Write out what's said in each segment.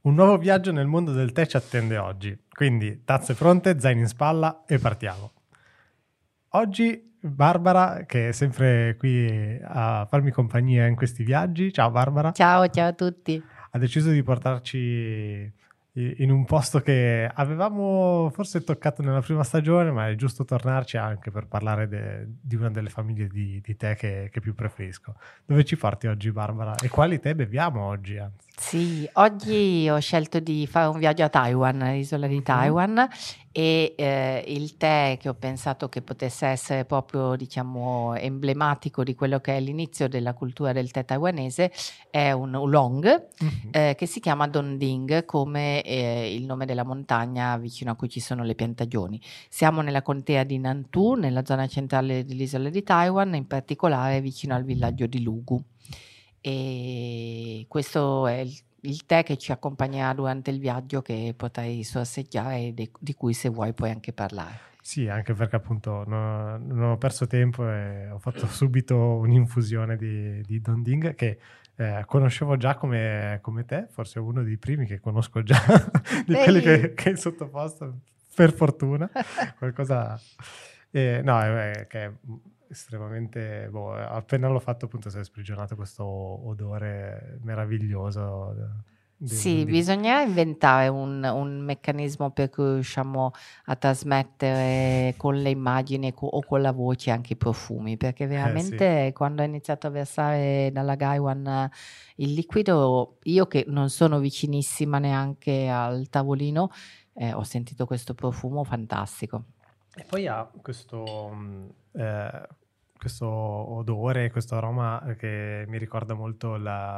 Un nuovo viaggio nel mondo del tè ci attende oggi, quindi tazze pronte, zaini in spalla e partiamo. Oggi Barbara, che è sempre qui a farmi compagnia in questi viaggi, ciao Barbara. Ciao a tutti. Ha deciso di portarci in un posto che avevamo forse toccato nella prima stagione, ma è giusto tornarci anche per parlare di una delle famiglie di tè che più preferisco. Dove ci porti oggi, Barbara? E quali tè beviamo oggi? Anzi? Sì, oggi ho scelto di fare un viaggio a Taiwan, l'isola di Taiwan, e il tè che ho pensato che potesse essere proprio, diciamo, emblematico di quello che è l'inizio della cultura del tè taiwanese è un oolong che si chiama Donding, come il nome della montagna vicino a cui ci sono le piantagioni. Siamo nella contea di Nantou, nella zona centrale dell'isola di Taiwan, in particolare vicino al villaggio di Lugu. E questo è il tè che ci accompagnerà durante il viaggio, che potrai sorseggiare e di cui, se vuoi, puoi anche parlare. Sì, anche perché appunto non ho perso tempo e ho fatto subito un'infusione di Donding che conoscevo già come te, forse uno dei primi che conosco già di quelli che hai sottoposto, per fortuna. Qualcosa... no, che è estremamente... appena l'ho fatto appunto si è sprigionato questo odore meraviglioso. Sì, bisogna inventare un meccanismo per cui riusciamo a trasmettere con le immagini o con la voce anche i profumi, perché veramente quando ho iniziato a versare dalla Gaiwan il liquido, io che non sono vicinissima neanche al tavolino, ho sentito questo profumo fantastico. E poi ha questo odore, questo aroma che mi ricorda molto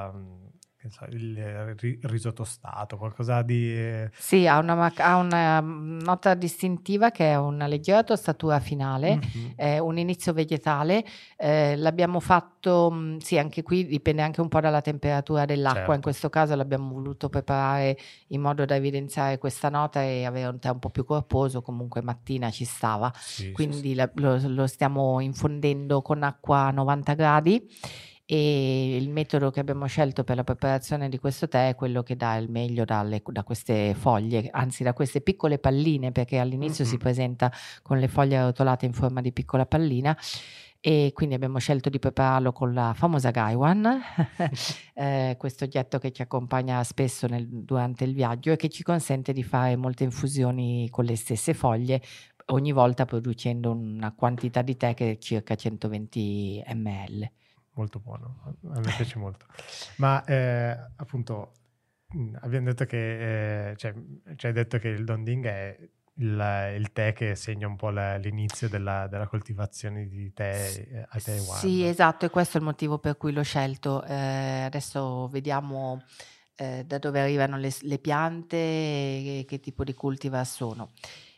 il riso tostato, qualcosa di... Sì, ha una nota distintiva che è una leggera tostatura finale, un inizio vegetale. L'abbiamo fatto, sì, anche qui dipende anche un po' dalla temperatura dell'acqua. Certo. In questo caso l'abbiamo voluto preparare in modo da evidenziare questa nota e avere un tè un po' più corposo, comunque mattina ci stava. Sì, quindi lo stiamo infondendo con acqua a 90 gradi. E il metodo che abbiamo scelto per la preparazione di questo tè è quello che dà il meglio da queste foglie, anzi da queste piccole palline, perché all'inizio si presenta con le foglie arrotolate in forma di piccola pallina, e quindi abbiamo scelto di prepararlo con la famosa Gaiwan, questo oggetto che ci accompagna spesso durante il viaggio e che ci consente di fare molte infusioni con le stesse foglie, ogni volta producendo una quantità di tè che è circa 120 ml. Molto buono, a me piace molto. Ma appunto abbiamo detto che ci hai detto che il Donding è il tè che segna un po' l'inizio della coltivazione di tè a Taiwan. Sì, esatto, e questo è il motivo per cui l'ho scelto. Adesso vediamo da dove arrivano le piante e che tipo di cultivar sono.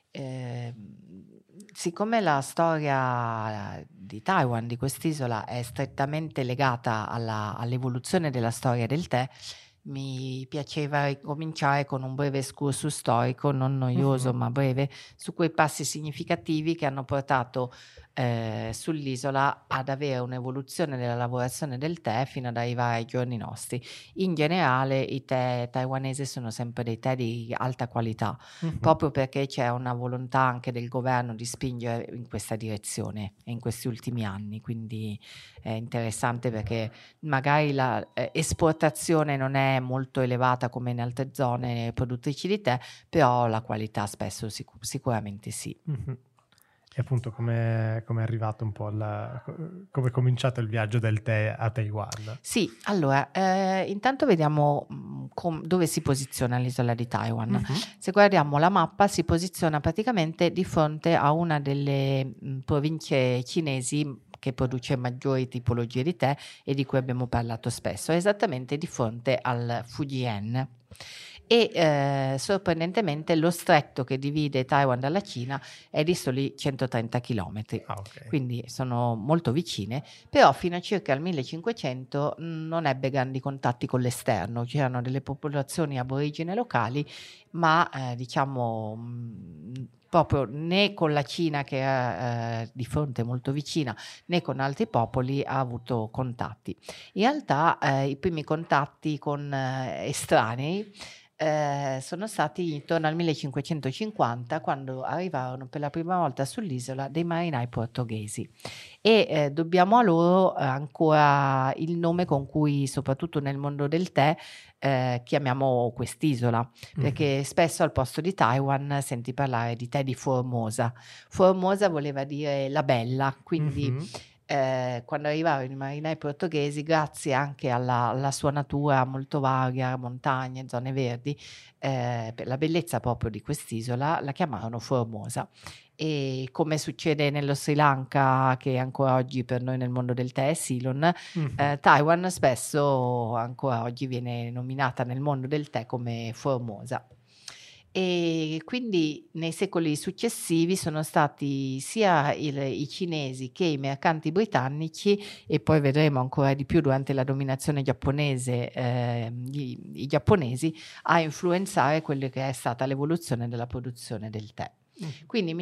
Siccome la storia di Taiwan, di quest'isola, è strettamente legata all'evoluzione della storia del tè, mi piaceva ricominciare con un breve excursus storico, non noioso ma breve, su quei passi significativi che hanno portato sull'isola ad avere un'evoluzione della lavorazione del tè fino ad arrivare ai giorni nostri. In generale i tè taiwanesi sono sempre dei tè di alta qualità, proprio perché c'è una volontà anche del governo di spingere in questa direzione in questi ultimi anni, quindi è interessante perché magari la esportazione non è molto elevata come in altre zone produttrici di tè, però la qualità spesso sicuramente sì. E appunto come è arrivato un po' come è cominciato il viaggio del tè a Taiwan? Sì, allora intanto vediamo dove si posiziona l'isola di Taiwan. Se guardiamo la mappa si posiziona praticamente di fronte a una delle province cinesi che produce maggiori tipologie di tè e di cui abbiamo parlato spesso, esattamente di fronte al Fujian. E sorprendentemente lo stretto che divide Taiwan dalla Cina è di soli 130 chilometri, quindi sono molto vicine, però fino a circa al 1500 non ebbe grandi contatti con l'esterno, c'erano delle popolazioni aborigene locali, ma proprio né con la Cina, che era di fronte molto vicina, né con altri popoli ha avuto contatti. In realtà i primi contatti con estranei sono stati intorno al 1550, quando arrivarono per la prima volta sull'isola dei marinai portoghesi, e dobbiamo a loro ancora il nome con cui, soprattutto nel mondo del tè, chiamiamo quest'isola, perché spesso al posto di Taiwan senti parlare di tè di Formosa. Formosa voleva dire la bella, quindi quando arrivarono i marinai portoghesi, grazie anche alla sua natura molto varia, montagne, zone verdi, per la bellezza proprio di quest'isola, la chiamarono Formosa. E come succede nello Sri Lanka, che ancora oggi per noi nel mondo del tè è Ceylon, Taiwan spesso ancora oggi viene nominata nel mondo del tè come Formosa. E quindi nei secoli successivi sono stati sia i cinesi che i mercanti britannici, e poi vedremo ancora di più durante la dominazione giapponese, i giapponesi, a influenzare quella che è stata l'evoluzione della produzione del tè. Quindi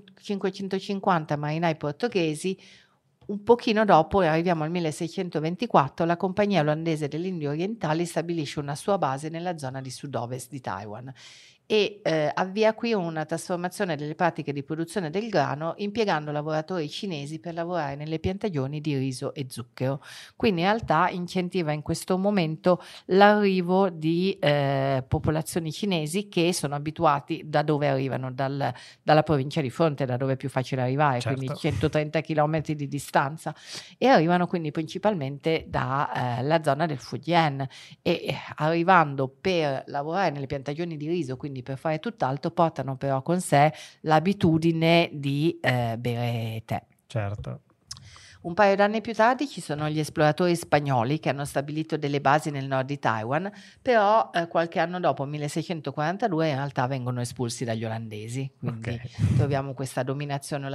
1550 marinai portoghesi. Un pochino dopo, arriviamo al 1624, la Compagnia Olandese delle Indie Orientali stabilisce una sua base nella zona di sud-ovest di Taiwan e avvia qui una trasformazione delle pratiche di produzione del grano, impiegando lavoratori cinesi per lavorare nelle piantagioni di riso e zucchero. Quindi in realtà incentiva in questo momento l'arrivo di popolazioni cinesi che sono abituati, da dove arrivano, dalla provincia di Fronte, da dove è più facile arrivare, quindi 130 km di distanza, e arrivano quindi principalmente dalla zona del Fujian, e arrivando per lavorare nelle piantagioni di riso, quindi per fare tutt'altro, portano però con sé l'abitudine di bere tè. Certo. Un paio d'anni più tardi ci sono gli esploratori spagnoli che hanno stabilito delle basi nel nord di Taiwan, però qualche anno dopo, 1642, in realtà vengono espulsi dagli olandesi, quindi troviamo questa dominazione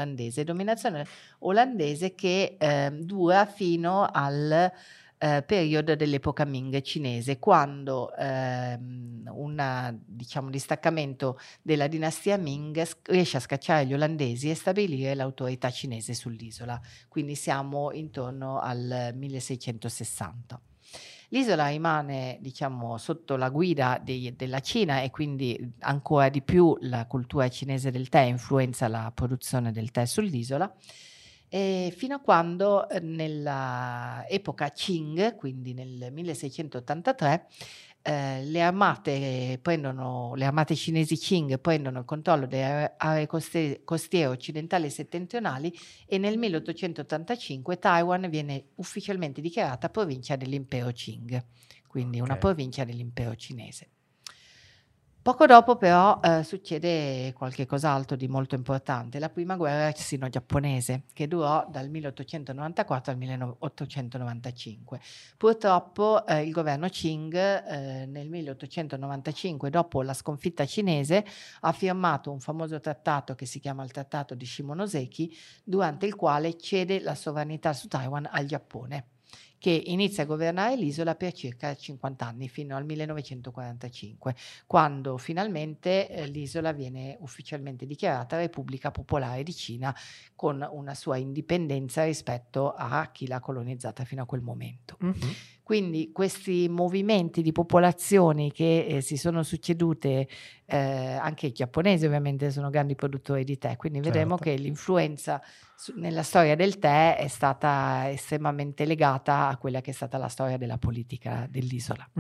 olandese che dura fino al periodo dell'epoca Ming cinese, quando un distaccamento della dinastia Ming riesce a scacciare gli olandesi e stabilire l'autorità cinese sull'isola. Quindi siamo intorno al 1660. L'isola rimane, sotto la guida della Cina, e quindi ancora di più la cultura cinese del tè influenza la produzione del tè sull'isola. Fino a quando nella epoca Qing, quindi nel 1683, le armate cinesi Qing prendono il controllo delle aree costiere occidentali e settentrionali, e nel 1885 Taiwan viene ufficialmente dichiarata provincia dell'impero Qing, quindi una provincia dell'impero cinese. Poco dopo però succede qualche cos'altro di molto importante, la prima guerra sino-giapponese, che durò dal 1894 al 1895. Purtroppo il governo Qing nel 1895, dopo la sconfitta cinese, ha firmato un famoso trattato che si chiama il Trattato di Shimonoseki, durante il quale cede la sovranità su Taiwan al Giappone, che inizia a governare l'isola per circa 50 anni, fino al 1945, quando finalmente l'isola viene ufficialmente dichiarata Repubblica Popolare di Cina, con una sua indipendenza rispetto a chi l'ha colonizzata fino a quel momento. Quindi questi movimenti di popolazioni che si sono succedute, anche i giapponesi ovviamente sono grandi produttori di tè, quindi vedremo che l'influenza nella storia del tè è stata estremamente legata a quella che è stata la storia della politica dell'isola.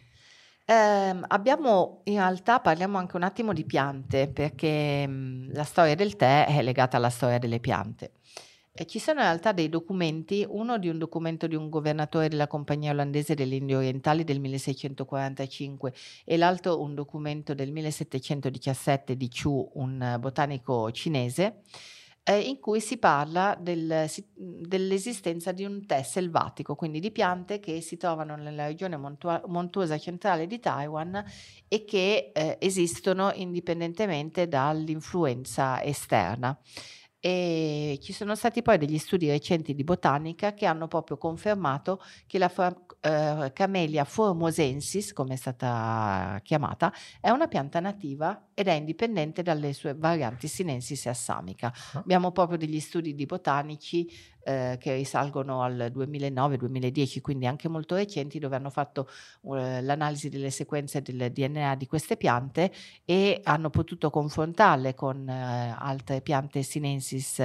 Parliamo anche un attimo di piante, perché la storia del tè è legata alla storia delle piante. Ci sono in realtà dei documenti, uno di un documento di un governatore della Compagnia Olandese delle Indie Orientali del 1645 e l'altro un documento del 1717 di Chu, un botanico cinese, in cui si parla dell'esistenza di un tè selvatico, quindi di piante che si trovano nella regione montuosa centrale di Taiwan e che esistono indipendentemente dall'influenza esterna. E ci sono stati poi degli studi recenti di botanica che hanno proprio confermato che la Camellia formosensis, come è stata chiamata, è una pianta nativa ed è indipendente dalle sue varianti sinensis e assamica. Abbiamo proprio degli studi di botanici che risalgono al 2009-2010, quindi anche molto recenti, dove hanno fatto l'analisi delle sequenze del DNA di queste piante e hanno potuto confrontarle con altre piante sinensis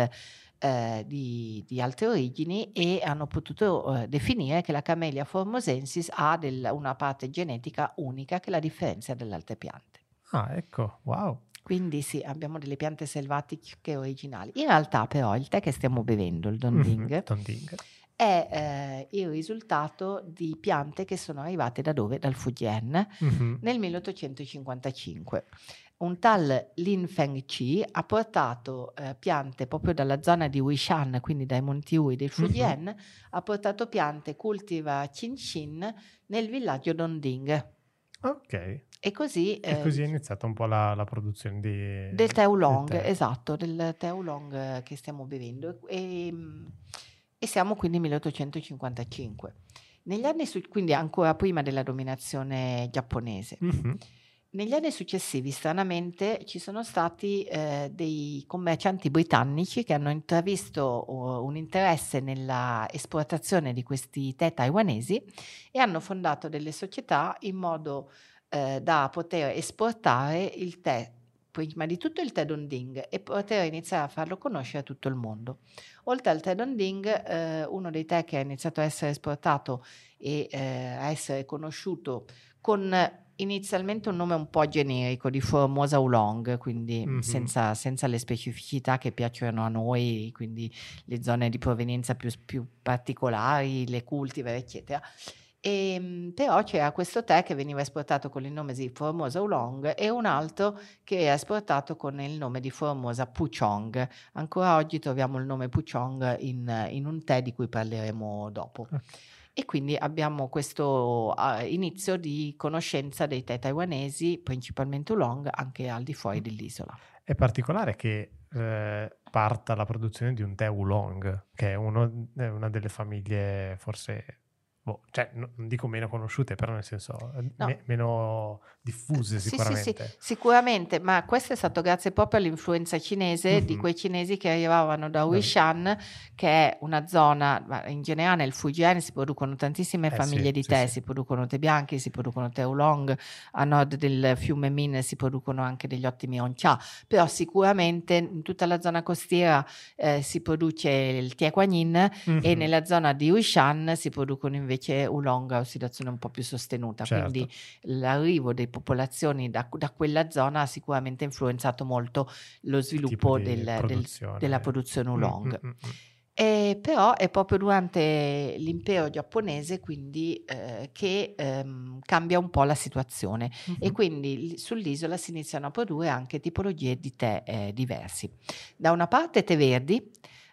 di altre origini, e hanno potuto definire che la Camellia formosensis ha una parte genetica unica che la differenzia dalle altre piante. Ah, ecco, wow. Quindi sì, abbiamo delle piante selvatiche originali. In realtà però il tè che stiamo bevendo, il Donding, Donding. è il risultato di piante che sono arrivate da dove? Dal Fujian nel 1855. Un tal Lin Fengqi ha portato piante proprio dalla zona di Wishan, quindi dai Monti Hui del Fujian, ha portato piante cultiva Qinshin nel villaggio Donding. Ok. E così è iniziata un po' la produzione del tè oolong, del tè. esatto, del tè oolong che stiamo bevendo, e siamo quindi nel 1855. Negli anni quindi ancora prima della dominazione giapponese. Negli anni successivi, stranamente, ci sono stati dei commercianti britannici che hanno intravisto un interesse nella esportazione di questi tè taiwanesi e hanno fondato delle società in modo da poter esportare il tè, prima di tutto il tè Donding, e poter iniziare a farlo conoscere a tutto il mondo. Oltre al tè Donding, uno dei tè che ha iniziato a essere esportato e a essere conosciuto con inizialmente un nome un po' generico di Formosa Oolong, quindi senza le specificità che piacciono a noi, quindi le zone di provenienza più particolari, le cultivar, eccetera. Però c'era questo tè che veniva esportato con il nome di Formosa Oolong e un altro che era esportato con il nome di Formosa Puchong. Ancora oggi troviamo il nome Puchong in un tè di cui parleremo dopo. E quindi abbiamo questo inizio di conoscenza dei tè taiwanesi, principalmente oolong, anche al di fuori dell'isola. È particolare che parta la produzione di un tè oolong, che è una delle famiglie forse, cioè non dico meno conosciute, però nel senso meno diffuse sicuramente. Sì, sicuramente, ma questo è stato grazie proprio all'influenza cinese, di quei cinesi che arrivavano da Wishan, che è una zona, ma in generale nel Fujian si producono tantissime famiglie di tè, si producono tè bianchi, si producono tè oolong, a nord del fiume Min si producono anche degli ottimi honcha, però sicuramente in tutta la zona costiera si produce il Tie Quan Yin e nella zona di Wishan si producono invece oolong a ossidazione un po' più sostenuta, quindi l'arrivo delle popolazioni da quella zona ha sicuramente influenzato molto lo sviluppo della produzione oolong. Però è proprio durante l'impero giapponese quindi che cambia un po' la situazione e quindi sull'isola si iniziano a produrre anche tipologie di tè diversi. Da una parte tè verdi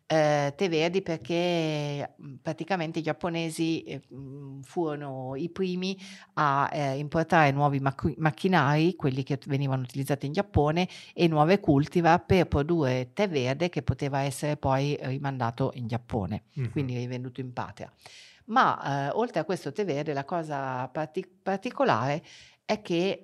perché praticamente i giapponesi furono i primi a importare nuovi macchinari, quelli che venivano utilizzati in Giappone, e nuove cultivar per produrre tè verde che poteva essere poi rimandato in Giappone, quindi rivenduto in patria. Ma oltre a questo tè verde, la cosa particolare è che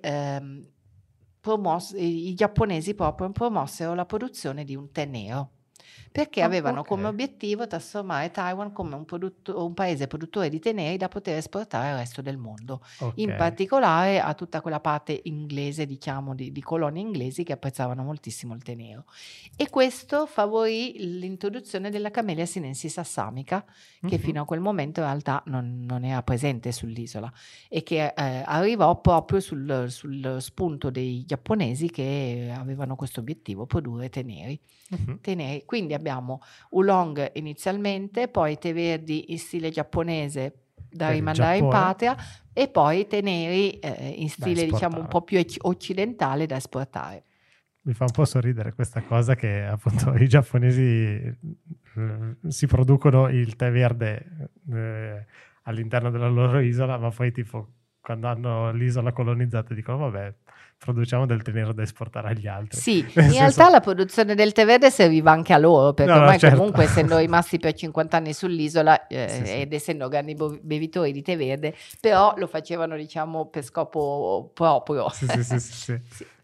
i giapponesi proprio promossero la produzione di un tè nero, perché avevano come obiettivo trasformare Taiwan come un paese produttore di tè neri da poter esportare al resto del mondo, in particolare a tutta quella parte inglese, diciamo, di colonie inglesi che apprezzavano moltissimo il tè nero. E questo favorì l'introduzione della Camellia sinensis assamica, che fino a quel momento in realtà non era presente sull'isola e che arrivò proprio sul spunto dei giapponesi che avevano questo obiettivo, produrre tè neri. Quindi abbiamo oolong inizialmente, poi tè verdi in stile giapponese da rimandare in patria e poi tè neri in stile diciamo un po' più occidentale da esportare. Mi fa un po' sorridere questa cosa che appunto i giapponesi si producono il tè verde all'interno della loro isola, ma poi tipo quando hanno l'isola colonizzata dicono vabbè, produciamo del tè nero da esportare agli altri. Sì, in realtà la produzione del tè verde serviva anche a loro, perché ormai comunque essendo rimasti per 50 anni sull'isola ed essendo grandi bevitori di tè verde, però lo facevano diciamo per scopo proprio. Sì.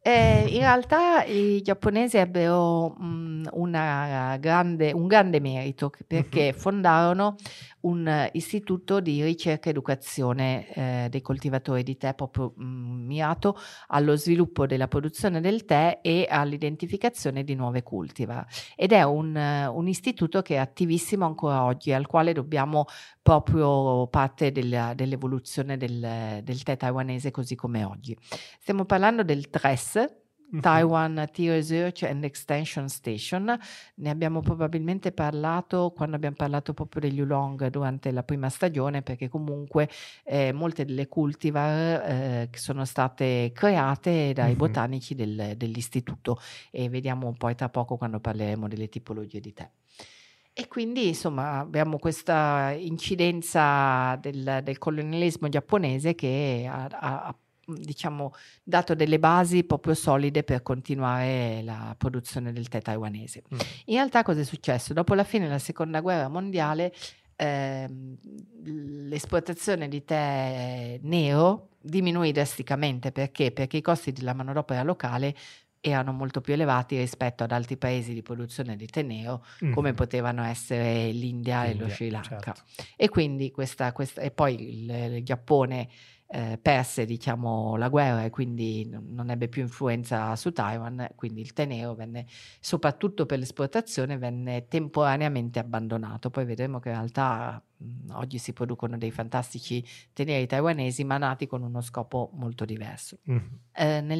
In realtà i giapponesi ebbero un grande merito perché fondarono un istituto di ricerca e educazione dei coltivatori di tè proprio mirato allo sviluppo della produzione del tè e all'identificazione di nuove cultivar. Ed è un istituto che è attivissimo ancora oggi, al quale dobbiamo proprio parte dell'evoluzione del tè taiwanese così come oggi. Stiamo parlando del TRES, Taiwan Tea Research and Extension Station. Ne abbiamo probabilmente parlato quando abbiamo parlato proprio degli oolong durante la prima stagione, perché comunque molte delle cultivar che sono state create dai botanici dell'istituto, e vediamo poi tra poco quando parleremo delle tipologie di tè. E quindi insomma abbiamo questa incidenza del colonialismo giapponese che ha diciamo dato delle basi proprio solide per continuare la produzione del tè taiwanese. In realtà cosa è successo? Dopo la fine della seconda guerra mondiale l'esportazione di tè nero diminuì drasticamente. Perché? Perché i costi della manodopera locale erano molto più elevati rispetto ad altri paesi di produzione di tè nero, come potevano essere l'India e lo Sri Lanka. Certo. E quindi e poi il Giappone perse diciamo la guerra e quindi non ebbe più influenza su Taiwan, quindi il tè nero venne, soprattutto per l'esportazione, venne temporaneamente abbandonato. Poi vedremo che in realtà oggi si producono dei fantastici tè neri taiwanesi, ma nati con uno scopo molto diverso. Nel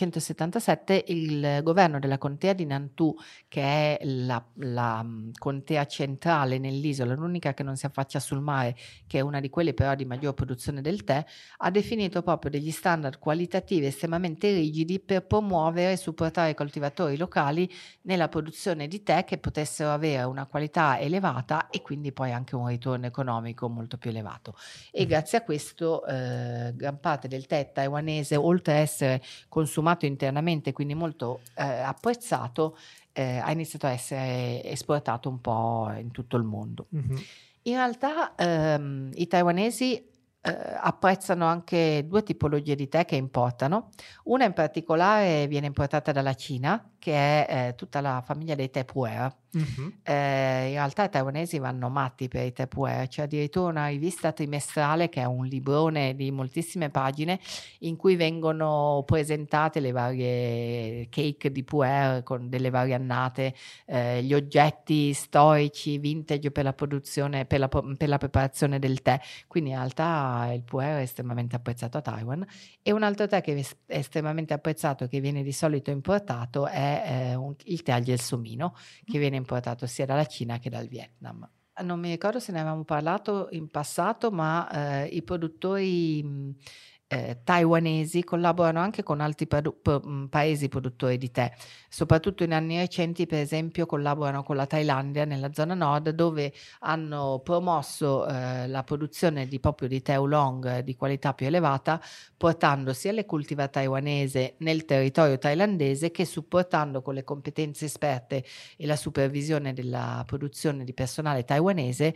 1977 il governo della contea di Nantou, che è la contea centrale nell'isola, l'unica che non si affaccia sul mare, che è una di quelle però di maggior produzione del tè, ha definito proprio degli standard qualitativi estremamente rigidi per promuovere e supportare i coltivatori locali nella produzione di tè che potessero avere una qualità elevata e quindi poi anche un ritorno economico molto più elevato. E grazie a questo gran parte del tè taiwanese, oltre a essere consumato internamente, quindi molto apprezzato, ha iniziato a essere esportato un po' in tutto il mondo. In realtà i taiwanesi apprezzano anche due tipologie di tè che importano. Una in particolare viene importata dalla Cina, che è tutta la famiglia dei tè pu'er. In realtà i taiwanesi vanno matti per i tè pu'er. C'è addirittura una rivista trimestrale che è un librone di moltissime pagine in cui vengono presentate le varie cake di pu'er con delle varie annate, gli oggetti storici vintage per la produzione, per la preparazione del tè. Quindi in realtà il pu'er è estremamente apprezzato a Taiwan. E un altro tè che è estremamente apprezzato, che viene di solito importato, è il tè al gelsomino, che viene importato sia dalla Cina che dal Vietnam. Non mi ricordo se ne avevamo parlato in passato, ma i produttori taiwanesi collaborano anche con altri paesi produttori di tè. Soprattutto in anni recenti, per esempio, collaborano con la Thailandia nella zona nord, dove hanno promosso la produzione proprio di tè oolong di qualità più elevata, portando sia le cultivar taiwanese nel territorio thailandese che supportando con le competenze esperte e la supervisione della produzione di personale taiwanese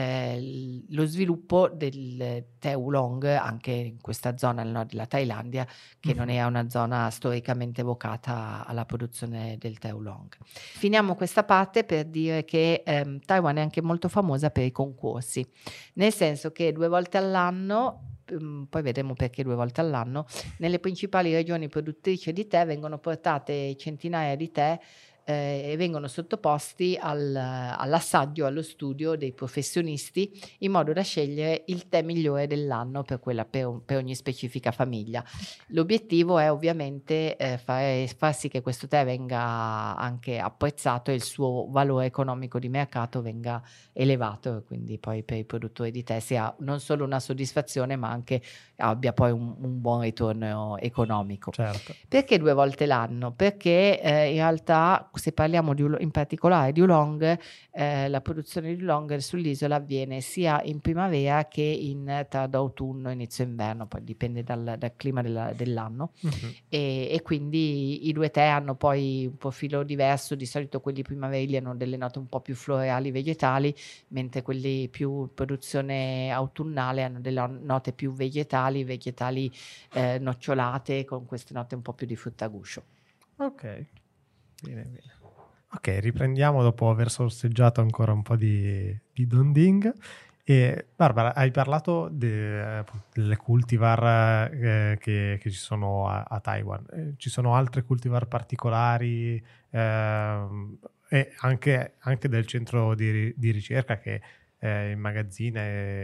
lo sviluppo del tè oolong anche in questa zona al nord della Thailandia, che non era una zona storicamente vocata alla produzione del tè oolong. Finiamo questa parte per dire che Taiwan è anche molto famosa per i concorsi, nel senso che 2 volte all'anno, poi vedremo perché 2 volte all'anno, nelle principali regioni produttrici di tè vengono portate centinaia di tè e vengono sottoposti all'assaggio, allo studio dei professionisti, in modo da scegliere il tè migliore dell'anno per ogni specifica famiglia. L'obiettivo è ovviamente far sì che questo tè venga anche apprezzato e il suo valore economico di mercato venga elevato, e quindi poi per i produttori di tè sia non solo una soddisfazione, ma anche abbia poi un buon ritorno economico. Certo. Perché 2 volte l'anno? Perché in realtà, se parliamo in particolare di oolong, la produzione di oolong sull'isola avviene sia in primavera che in tardo autunno, inizio inverno, poi dipende dal clima dell'anno. E quindi i 2 tè hanno poi un profilo diverso. Di solito quelli primaverili hanno delle note un po' più floreali vegetali, mentre quelli più produzione autunnale hanno delle note più vegetali vegetali nocciolate, con queste note un po' più di frutta a guscio. Ok, bene. Ok, riprendiamo dopo aver sorseggiato ancora un po' di Donding. E Barbara, hai parlato delle cultivar che ci sono a Taiwan. Ci sono altre cultivar particolari e anche del centro di ricerca che immagazzina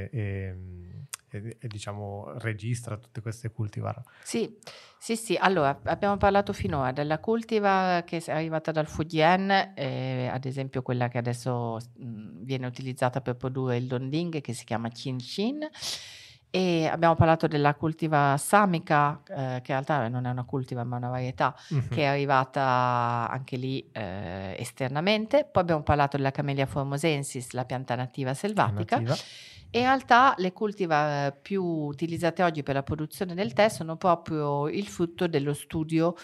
e diciamo registra tutte queste cultivar. Sì. Allora, abbiamo parlato finora della cultivar che è arrivata dal Fujian, ad esempio quella che adesso viene utilizzata per produrre il Donding, che si chiama Qinshin, e abbiamo parlato della cultivar Samica, che in realtà non è una cultivar ma una varietà, che è arrivata anche lì esternamente. Poi abbiamo parlato della Camellia formosensis, la pianta nativa selvatica. E in realtà le cultivar più utilizzate oggi per la produzione del tè sono proprio il frutto dello studio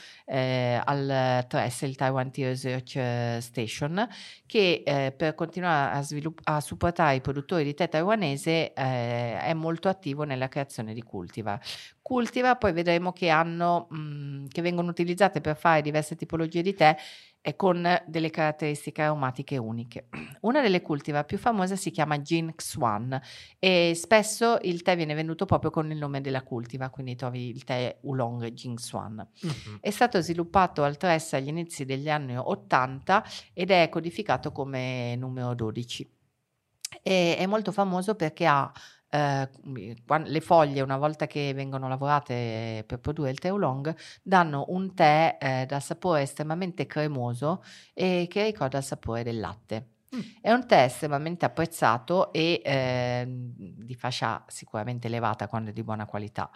al TRES, il Taiwan Tea Research Station, che per continuare a supportare i produttori di tè taiwanese è molto attivo nella creazione di cultivar. Poi vedremo che che vengono utilizzate per fare diverse tipologie di tè e con delle caratteristiche aromatiche uniche. Una delle cultivar più famose si chiama Jingxuan e spesso il tè viene venduto proprio con il nome della cultivar, quindi trovi il tè Oolong Jingxuan. È stato sviluppato al TRES agli inizi degli anni 80 ed è codificato come numero 12. È molto famoso perché ha le foglie, una volta che vengono lavorate per produrre il tè oolong, danno un tè dal sapore estremamente cremoso e che ricorda il sapore del latte. È un tè estremamente apprezzato e di fascia sicuramente elevata quando è di buona qualità.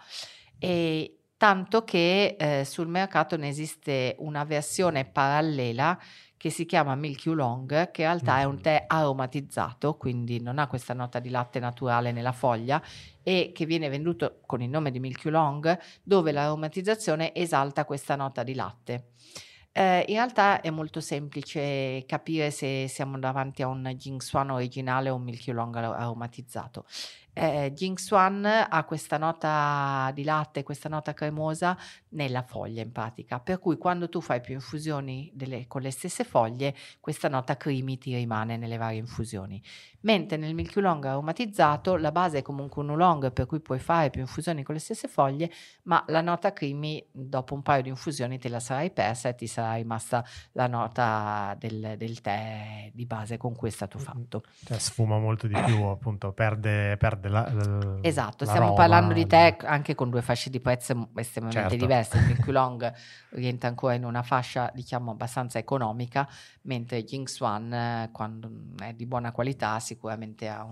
E tanto che sul mercato ne esiste una versione parallela che si chiama Milky Oolong, che in realtà è un tè aromatizzato, quindi non ha questa nota di latte naturale nella foglia, e che viene venduto con il nome di Milky Oolong, dove l'aromatizzazione esalta questa nota di latte. In realtà è molto semplice capire se siamo davanti a un Jingxuan originale o un Milky Oolong aromatizzato. Jingxuan ha questa nota di latte, questa nota cremosa nella foglia in pratica, per cui quando tu fai più infusioni con le stesse foglie, questa nota creamy ti rimane nelle varie infusioni. Mentre nel Milky Oolong aromatizzato la base è comunque un oolong, per cui puoi fare più infusioni con le stesse foglie, ma la nota creamy dopo un paio di infusioni te la sarai persa e ti sarà rimasta la nota del tè di base con cui è stato fatto. Cioè sfuma molto di più, appunto, perde esatto, stiamo parlando di tè anche con due fasce di prezzo estremamente diverse. Il Milky Oolong rientra ancora in una fascia, diciamo, abbastanza economica, mentre Jingxuan, quando è di buona qualità, sicuramente ha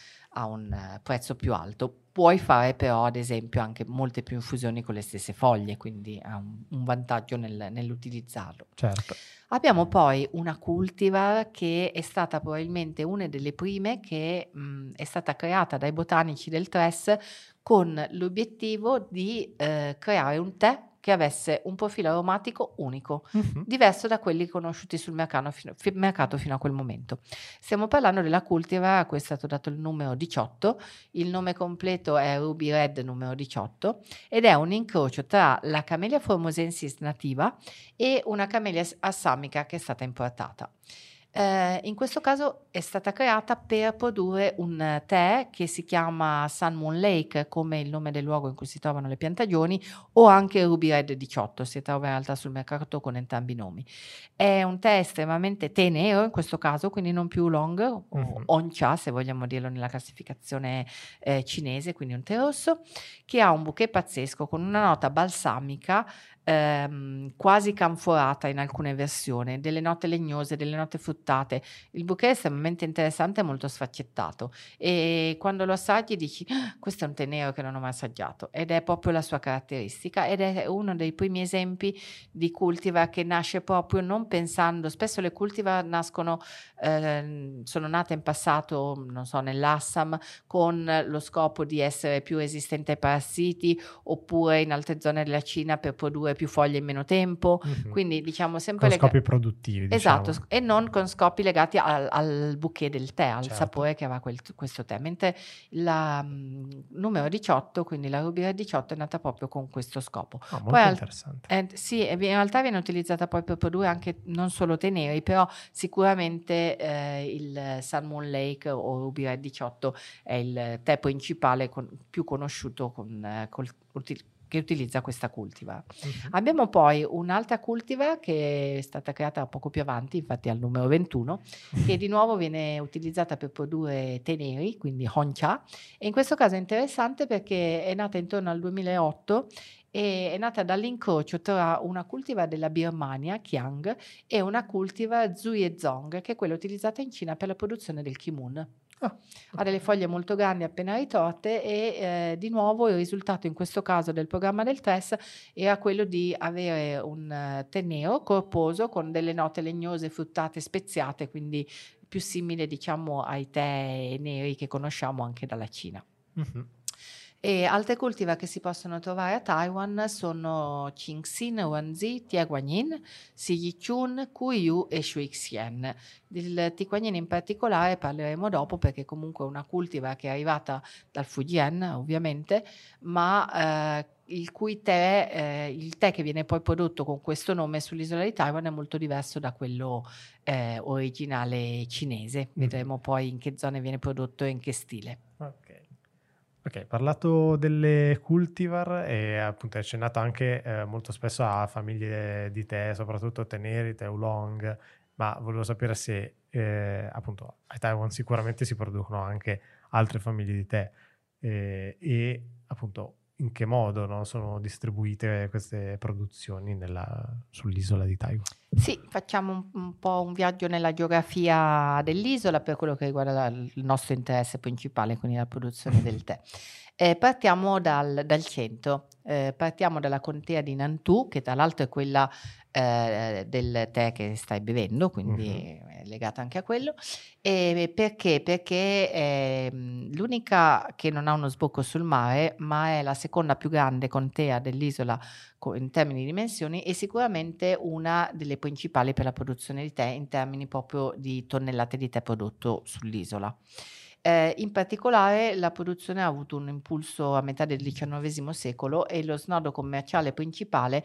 un prezzo più alto. Puoi fare però, ad esempio, anche molte più infusioni con le stesse foglie, quindi ha un vantaggio nell'utilizzarlo. Certo. Abbiamo poi una cultivar che è stata probabilmente una delle prime che è stata creata dai botanici del TRES con l'obiettivo di creare un tè che avesse un profilo aromatico unico, diverso da quelli conosciuti sul mercato fino a quel momento. Stiamo parlando della cultivar a cui è stato dato il numero 18, il nome completo è Ruby Red numero 18 ed è un incrocio tra la Camellia formosensis nativa e una Camellia assamica che è stata importata. In questo caso è stata creata per produrre un tè che si chiama Sun Moon Lake, come il nome del luogo in cui si trovano le piantagioni, o anche Ruby Red 18, si trova in realtà sul mercato con entrambi i nomi. È un tè estremamente tè nero in questo caso, quindi non più oolong o oncha, se vogliamo dirlo nella classificazione cinese, quindi un tè rosso, che ha un bouquet pazzesco con una nota balsamica quasi canforata in alcune versioni, delle note legnose, delle note fruttate. Il bouquet è estremamente interessante e molto sfaccettato e quando lo assaggi dici questo è un tè nero che non ho mai assaggiato, ed è proprio la sua caratteristica ed è uno dei primi esempi di cultivar che nasce proprio non pensando. Spesso le cultivar nascono sono nate in passato, non so, nell'Assam con lo scopo di essere più resistente ai parassiti, oppure in altre zone della Cina per produrre più foglie in meno tempo, quindi diciamo sempre con scopi produttivi, esatto, diciamo. e non con scopi legati al bouquet del tè, al Certo. sapore che aveva questo tè, mentre la numero 18, quindi la Rubira 18, è nata proprio con questo scopo. Molto Poi interessante. sì, in realtà viene utilizzata poi per produrre anche non solo tè neri, però sicuramente il Sun Moon Lake o Rubira 18 è il tè principale più conosciuto che utilizza questa cultivar. Abbiamo poi un'altra cultivar che è stata creata poco più avanti, infatti al numero 21, che di nuovo viene utilizzata per produrre tè neri, quindi Honcha, e in questo caso è interessante perché è nata intorno al 2008 e è nata dall'incrocio tra una cultivar della Birmania, Kiang, e una cultivar Zhuizong, che è quella utilizzata in Cina per la produzione del Kimun. Ha delle foglie molto grandi appena ritorte e di nuovo il risultato in questo caso del programma del TES era quello di avere un tè nero corposo con delle note legnose, fruttate, speziate, quindi più simile diciamo ai tè neri che conosciamo anche dalla Cina. E altre cultivar che si possono trovare a Taiwan sono Qingxin, Wanzi, Tiaguanyin, Siyichun, Kuiyu e Shuixian. Del Tiaguanyin in particolare parleremo dopo perché comunque è una cultivar che è arrivata dal Fujian ovviamente, ma il tè che viene poi prodotto con questo nome sull'isola di Taiwan è molto diverso da quello originale cinese. Vedremo poi in che zone viene prodotto e in che stile. Ok, parlato delle cultivar e appunto hai accennato anche molto spesso a famiglie di tè, soprattutto tè neri, tè oolong, ma volevo sapere se appunto a Taiwan sicuramente si producono anche altre famiglie di tè e appunto in che modo, no, sono distribuite queste produzioni sull'isola di Taiwan. Sì, facciamo un po' un viaggio nella geografia dell'isola per quello che riguarda il nostro interesse principale, quindi la produzione del tè. Partiamo dal centro, partiamo dalla contea di Nantou, che tra l'altro è quella del tè che stai bevendo, quindi è legata anche a quello. Perché? Perché è l'unica che non ha uno sbocco sul mare, ma è la seconda più grande contea dell'isola in termini di dimensioni e sicuramente una delle principali per la produzione di tè in termini proprio di tonnellate di tè prodotto sull'isola. In particolare la produzione ha avuto un impulso a metà del XIX secolo e lo snodo commerciale principale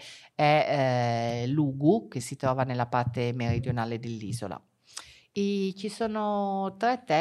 è Lugu, che si trova nella parte meridionale dell'isola. Ci sono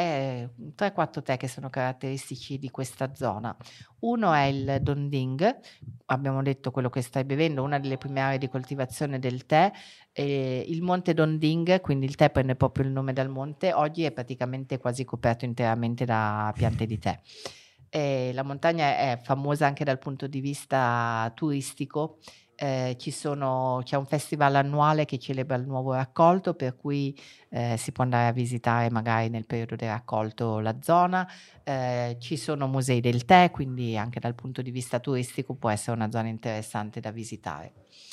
3-4 tè che sono caratteristici di questa zona. Uno è il Donding, abbiamo detto quello che stai bevendo, una delle prime aree di coltivazione del tè. Il monte Donding, quindi il tè prende proprio il nome dal monte, oggi è praticamente quasi coperto interamente da piante di tè. La montagna è famosa anche dal punto di vista turistico. C'è un festival annuale che celebra il nuovo raccolto, per cui si può andare a visitare magari nel periodo del raccolto la zona. Ci sono musei del tè, quindi anche dal punto di vista turistico può essere una zona interessante da visitare.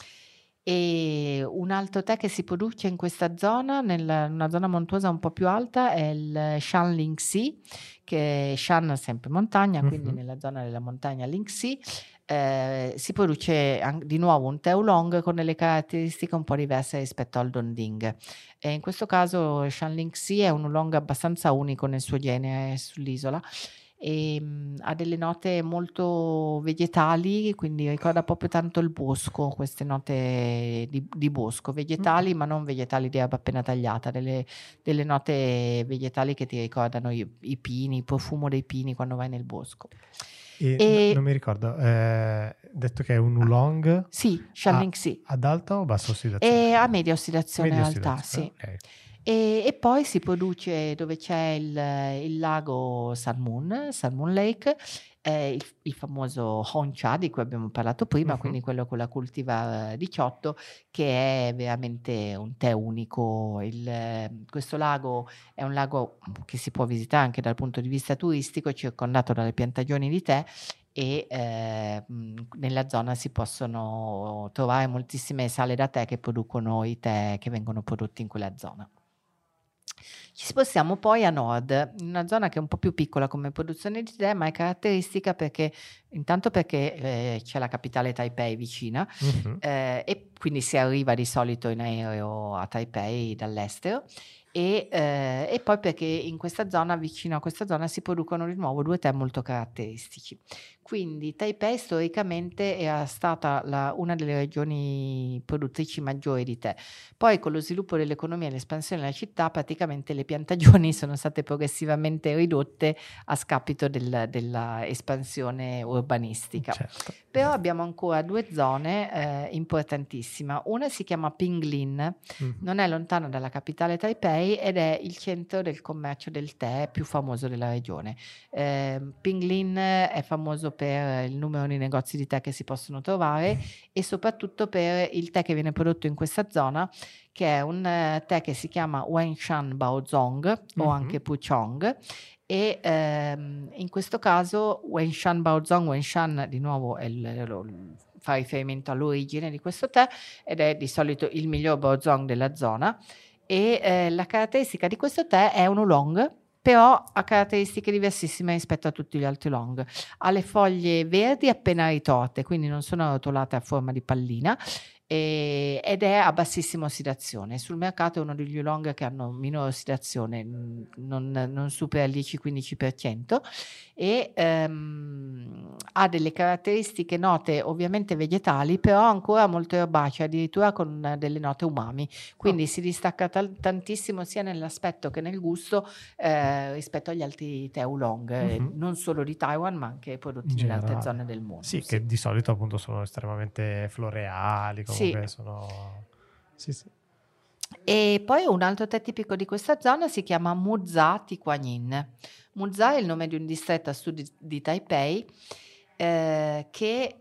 E un altro tè che si produce in questa zona, una zona montuosa un po' più alta, è il Shanlingxi, che Shan è sempre montagna, quindi nella zona della montagna Lingxi. Si produce di nuovo un tè oolong con delle caratteristiche un po' diverse rispetto al Donding. In questo caso Shanlingxi è un oolong abbastanza unico nel suo genere sull'isola e ha delle note molto vegetali, quindi ricorda proprio tanto il bosco, queste note di bosco, vegetali ma non vegetali di erba appena tagliata, delle note vegetali che ti ricordano i pini, il profumo dei pini quando vai nel bosco. Non mi ricordo, detto che è un oolong. Sì, Shanlingxi. Ad alta o bassa ossidazione? A media ossidazione in realtà, sì. Okay. E poi si produce dove c'è il lago Sun Moon Lake, il famoso Honcha di cui abbiamo parlato prima, quindi quello con la cultivar 18, che è veramente un tè unico. Questo lago è un lago che si può visitare anche dal punto di vista turistico, circondato dalle piantagioni di tè e nella zona si possono trovare moltissime sale da tè che producono i tè che vengono prodotti in quella zona. Ci spostiamo poi a nord, in una zona che è un po' più piccola come produzione di tè, ma è caratteristica perché c'è la capitale Taipei vicina e quindi si arriva di solito in aereo a Taipei dall'estero e poi perché in questa zona, vicino a questa zona, si producono di nuovo 2 tè molto caratteristici. Quindi Taipei storicamente era stata una delle regioni produttrici maggiori di tè. Poi con lo sviluppo dell'economia e l'espansione della città, praticamente le piantagioni sono state progressivamente ridotte a scapito della espansione urbanistica. Certo. Però abbiamo ancora 2 zone importantissime. Una si chiama Pinglin, non è lontano dalla capitale Taipei ed è il centro del commercio del tè più famoso della regione. Pinglin è famoso per il numero di negozi di tè che si possono trovare e soprattutto per il tè che viene prodotto in questa zona, che è un tè che si chiama Wenshan Baozong o anche Puchong. E in questo caso Wenshan Baozong, Wenshan di nuovo fa riferimento all'origine di questo tè ed è di solito il miglior Baozong della zona. E la caratteristica di questo tè è un oolong, però ha caratteristiche diversissime rispetto a tutti gli altri oolong. Ha le foglie verdi appena ritorte, quindi non sono arrotolate a forma di pallina, ed è a bassissima ossidazione. Sul mercato è uno degli oolong che hanno minore ossidazione, non supera il 10-15%, e ha delle caratteristiche note ovviamente vegetali, però ancora molto erbacee, addirittura con delle note umami, quindi si distacca tantissimo sia nell'aspetto che nel gusto rispetto agli altri tè oolong, non solo di Taiwan ma anche prodotti nelle altre zone del mondo. Sì, che di solito appunto sono estremamente floreali, comunque sono... Sì. E poi un altro tè tipico di questa zona si chiama Muzha Tiquanin. Muzha è il nome di un distretto a sud di Taipei che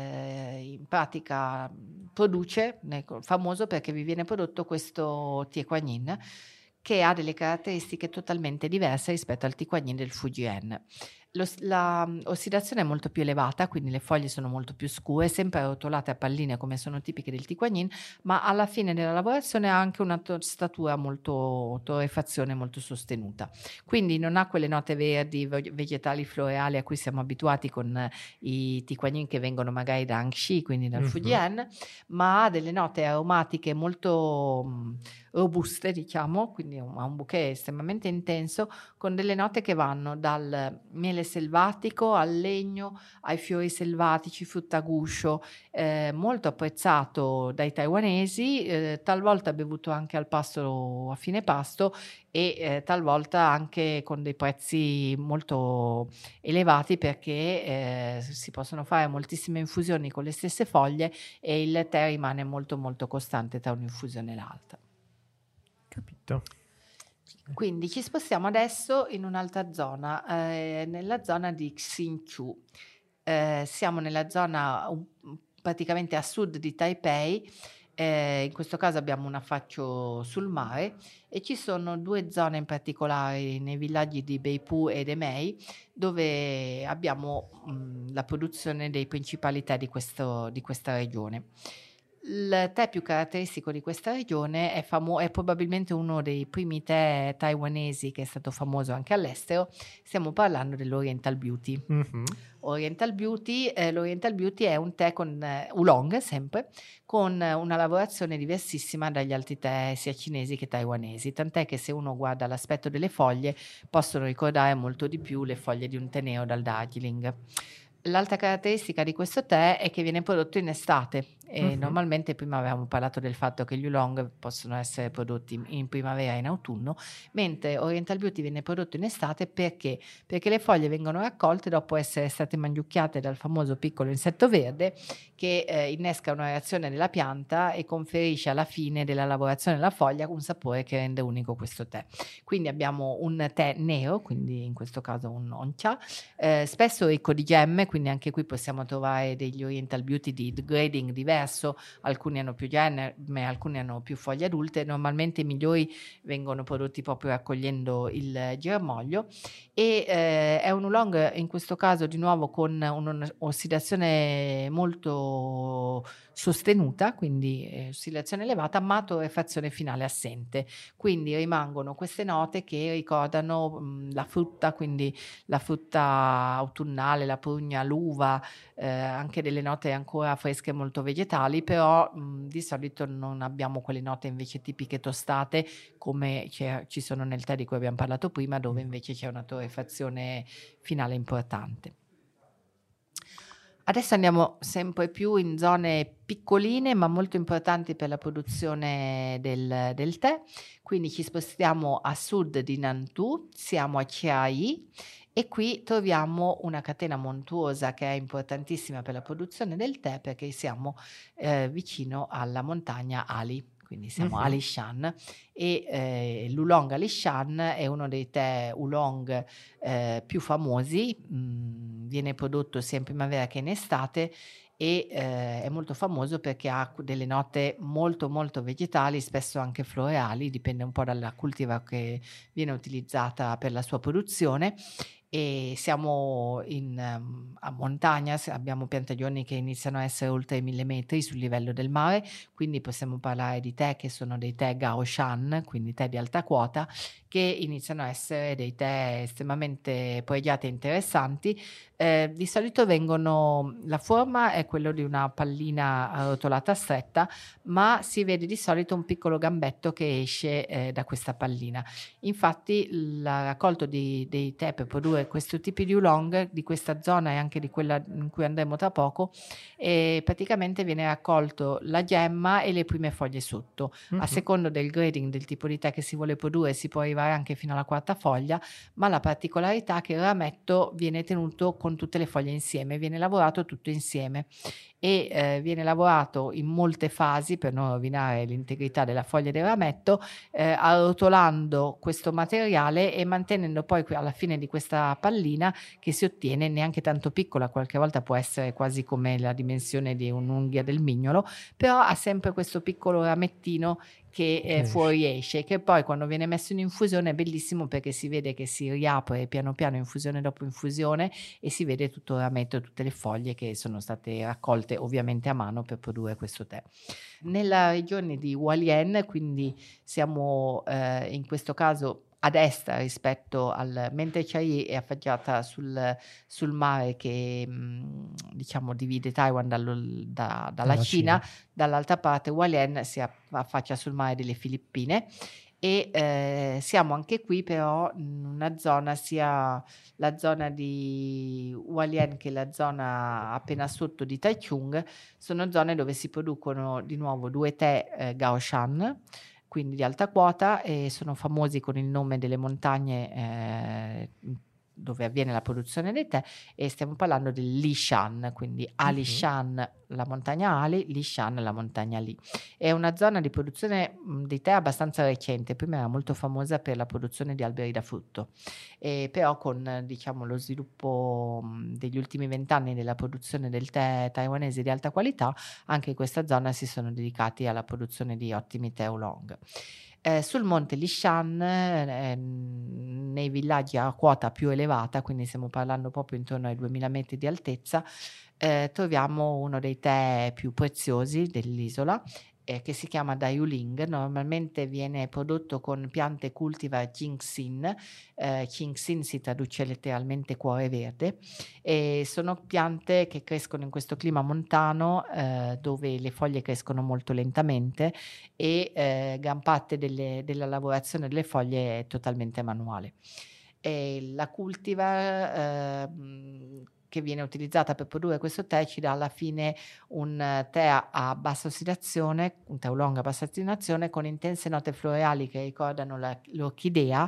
in pratica produce, famoso perché vi viene prodotto questo Tiquanin, che ha delle caratteristiche totalmente diverse rispetto al Tiquanin del Fujian. L'ossidazione è molto più elevata, quindi le foglie sono molto più scure, sempre arrotolate a palline come sono tipiche del Tiquanin, ma alla fine della lavorazione ha anche una tostatura torrefazione molto sostenuta. Quindi non ha quelle note verdi, vegetali, floreali a cui siamo abituati con i Tiquanin che vengono magari da Anxi, quindi dal Fujian, ma ha delle note aromatiche molto robuste, diciamo, quindi ha un bouquet estremamente intenso, con delle note che vanno dal miele selvatico al legno, ai fiori selvatici, fruttaguscio, molto apprezzato dai taiwanesi, talvolta bevuto anche al pasto, a fine pasto, e talvolta anche con dei prezzi molto elevati perché si possono fare moltissime infusioni con le stesse foglie e il tè rimane molto molto costante tra un'infusione e l'altra. Capito. Quindi ci spostiamo adesso in un'altra zona, nella zona di Hsinchu. Siamo nella zona praticamente a sud di Taipei, in questo caso abbiamo un affaccio sul mare e ci sono 2 zone in particolare nei villaggi di Beipu e Demei dove abbiamo la produzione dei principali tè di questa regione. Il tè più caratteristico di questa regione è probabilmente uno dei primi tè taiwanesi che è stato famoso anche all'estero. Stiamo parlando dell'Oriental Beauty. L'Oriental Beauty è un tè con oolong sempre, con una lavorazione diversissima dagli altri tè sia cinesi che taiwanesi, tant'è che se uno guarda l'aspetto delle foglie possono ricordare molto di più le foglie di un tè nero dal Darjeeling. L'altra caratteristica di questo tè è che viene prodotto in estate e normalmente prima avevamo parlato del fatto che gli oolong possono essere prodotti in primavera e in autunno, mentre Oriental Beauty viene prodotto in estate perché le foglie vengono raccolte dopo essere state mangiucchiate dal famoso piccolo insetto verde che innesca una reazione della pianta e conferisce alla fine della lavorazione della foglia un sapore che rende unico questo tè. Quindi abbiamo un tè nero, quindi in questo caso un oncha, spesso ricco di gemme, quindi anche qui possiamo trovare degli Oriental Beauty di grading diverso, alcuni hanno più gemme, alcuni hanno più foglie adulte, normalmente i migliori vengono prodotti proprio raccogliendo il germoglio e è un oolong in questo caso di nuovo con un'ossidazione molto sostenuta, quindi ossidazione elevata ma torrefazione finale assente, quindi rimangono queste note che ricordano la frutta, quindi la frutta autunnale, la prugna, l'uva, anche delle note ancora fresche molto vegetali vegetali, però di solito non abbiamo quelle note invece tipiche tostate come ci sono nel tè di cui abbiamo parlato prima, dove invece c'è una torrefazione finale importante. Adesso andiamo sempre più in zone piccoline ma molto importanti per la produzione del tè, quindi ci spostiamo a sud di Nantù, siamo a Chiayi e qui troviamo una catena montuosa che è importantissima per la produzione del tè perché siamo vicino alla montagna Ali. Quindi siamo a Alishan e l'Oolong Alishan è uno dei tè oolong più famosi, viene prodotto sia in primavera che in estate e è molto famoso perché ha delle note molto molto vegetali, spesso anche floreali, dipende un po' dalla cultivar che viene utilizzata per la sua produzione. E siamo a montagna, abbiamo piantagioni che iniziano a essere oltre i 1000 metri sul livello del mare, quindi possiamo parlare di tè che sono dei tè Gaoshan, quindi tè di alta quota, che iniziano a essere dei tè estremamente pregiati e interessanti. Di solito la forma è quello di una pallina arrotolata stretta, ma si vede di solito un piccolo gambetto che esce da questa pallina. Infatti il raccolto dei tè per produrre questo tipo di oolong di questa zona e anche di quella in cui andremo tra poco, praticamente viene raccolto la gemma e le prime foglie sotto. A secondo del grading del tipo di tè che si vuole produrre si può arrivare anche fino alla quarta foglia, ma la particolarità è che il rametto viene tenuto con tutte le foglie insieme, viene lavorato tutto insieme e viene lavorato in molte fasi per non rovinare l'integrità della foglia del rametto, arrotolando questo materiale e mantenendo poi alla fine di questa pallina che si ottiene neanche tanto piccola, qualche volta può essere quasi come la dimensione di un'unghia del mignolo, però ha sempre questo piccolo ramettino che fuoriesce, che poi quando viene messo in infusione è bellissimo perché si vede che si riapre piano piano infusione dopo infusione e si vede tutto il rametto, tutte le foglie che sono state raccolte ovviamente a mano per produrre questo tè. Nella regione di Hualien, quindi siamo in questo caso a destra rispetto mentre Chiayi è affacciata sul mare che diciamo divide Taiwan dalla Cina, dall'altra parte Hualien si affaccia sul mare delle Filippine e siamo anche qui però in una zona, sia la zona di Hualien che la zona appena sotto di Taichung, sono zone dove si producono di nuovo due tè Gaoshan, quindi di alta quota, e sono famosi con il nome delle montagne dove avviene la produzione dei tè, e stiamo parlando del Lishan, quindi Alishan la montagna Ali, Lishan la montagna Li. È una zona di produzione di tè abbastanza recente, prima era molto famosa per la produzione di alberi da frutto, però con diciamo lo sviluppo degli ultimi 20 anni della produzione del tè taiwanese di alta qualità, anche in questa zona si sono dedicati alla produzione di ottimi tè oolong. Sul monte Lishan, nei villaggi a quota più elevata, quindi stiamo parlando proprio intorno ai 2000 metri di altezza, troviamo uno dei tè più preziosi dell'isola, che si chiama Daiuling. Normalmente viene prodotto con piante cultivar Jingxin, Jingxin si traduce letteralmente cuore verde, e sono piante che crescono in questo clima montano dove le foglie crescono molto lentamente e gran parte della lavorazione delle foglie è totalmente manuale. La cultivar che viene utilizzata per produrre questo tè ci dà alla fine un tè a bassa ossidazione, un tè oolong a bassa ossidazione con intense note floreali che ricordano l'orchidea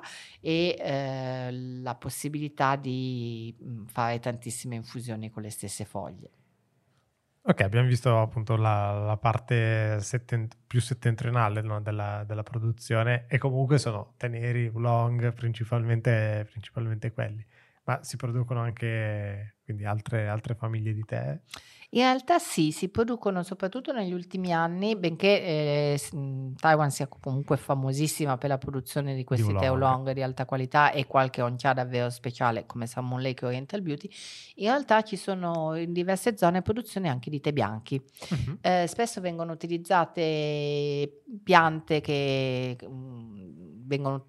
e la possibilità di fare tantissime infusioni con le stesse foglie. Ok, abbiamo visto appunto la parte più settentrionale, no, della produzione, e comunque sono tè neri, oolong, principalmente quelli. Ma si producono anche quindi altre famiglie di tè? In realtà sì, si producono soprattutto negli ultimi anni, benché Taiwan sia comunque famosissima per la produzione di questi tè oolong di alta qualità e qualche oncia davvero speciale come Salmon Lake e Oriental Beauty, in realtà ci sono in diverse zone produzioni anche di tè bianchi. Spesso vengono utilizzate piante che vengono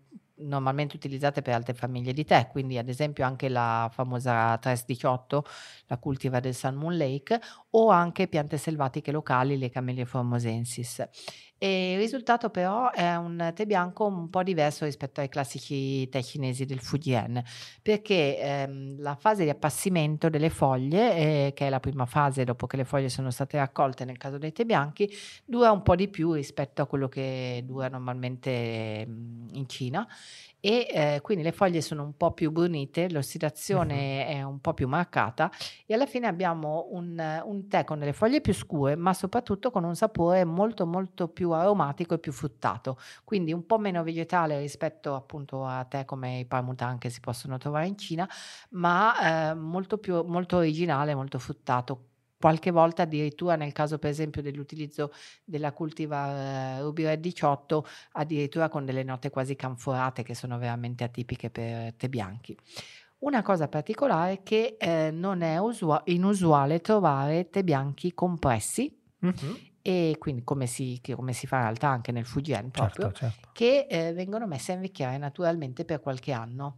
normalmente utilizzate per altre famiglie di tè, quindi ad esempio anche la famosa Tres 18, la cultivar del Sun Moon Lake, o anche piante selvatiche locali, le Camellie formosensis. E il risultato però è un tè bianco un po' diverso rispetto ai classici tè cinesi del Fujian, perché la fase di appassimento delle foglie, che è la prima fase dopo che le foglie sono state raccolte nel caso dei tè bianchi, dura un po' di più rispetto a quello che dura normalmente in Cina, e quindi le foglie sono un po' più brunite, l'ossidazione è un po' più marcata, e alla fine abbiamo un tè con delle foglie più scure, ma soprattutto con un sapore molto molto più aromatico e più fruttato, quindi un po' meno vegetale rispetto appunto a tè come i parmutan che si possono trovare in Cina, ma molto originale, molto fruttato. Qualche volta addirittura, nel caso per esempio dell'utilizzo della cultivar Ruby Red 18, addirittura con delle note quasi canforate che sono veramente atipiche per tè bianchi. Una cosa particolare è che non è inusuale trovare tè bianchi compressi, e quindi come si fa in realtà anche nel Fujian proprio, Certo. che vengono messe a invecchiare naturalmente per qualche anno.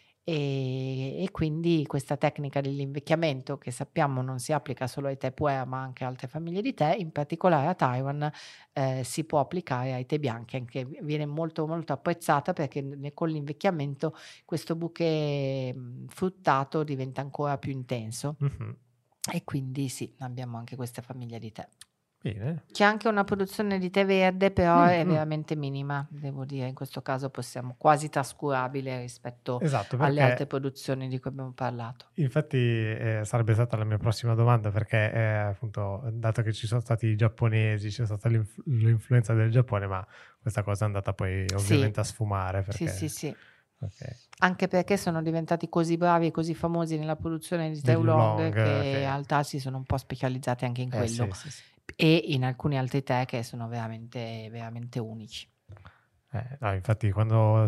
E quindi questa tecnica dell'invecchiamento, che sappiamo non si applica solo ai tè puer ma anche a altre famiglie di tè, in particolare a Taiwan si può applicare ai tè bianchi, anche viene molto molto apprezzata perché con l'invecchiamento questo bouquet fruttato diventa ancora più intenso, e quindi sì, abbiamo anche questa famiglia di tè. Bene. C'è anche una produzione di tè verde, però è veramente minima, devo dire, in questo caso possiamo quasi trascurabile rispetto alle altre produzioni di cui abbiamo parlato. Infatti sarebbe stata la mia prossima domanda, perché appunto, dato che ci sono stati i giapponesi, c'è stata l'influenza del Giappone, ma questa cosa è andata poi ovviamente a sfumare. Perché... Sì. Okay. Anche perché sono diventati così bravi e così famosi nella produzione di tè oolong che in realtà si sono un po' specializzati anche in quello. Sì. E in alcuni altri tè che sono veramente, veramente unici. No, infatti quando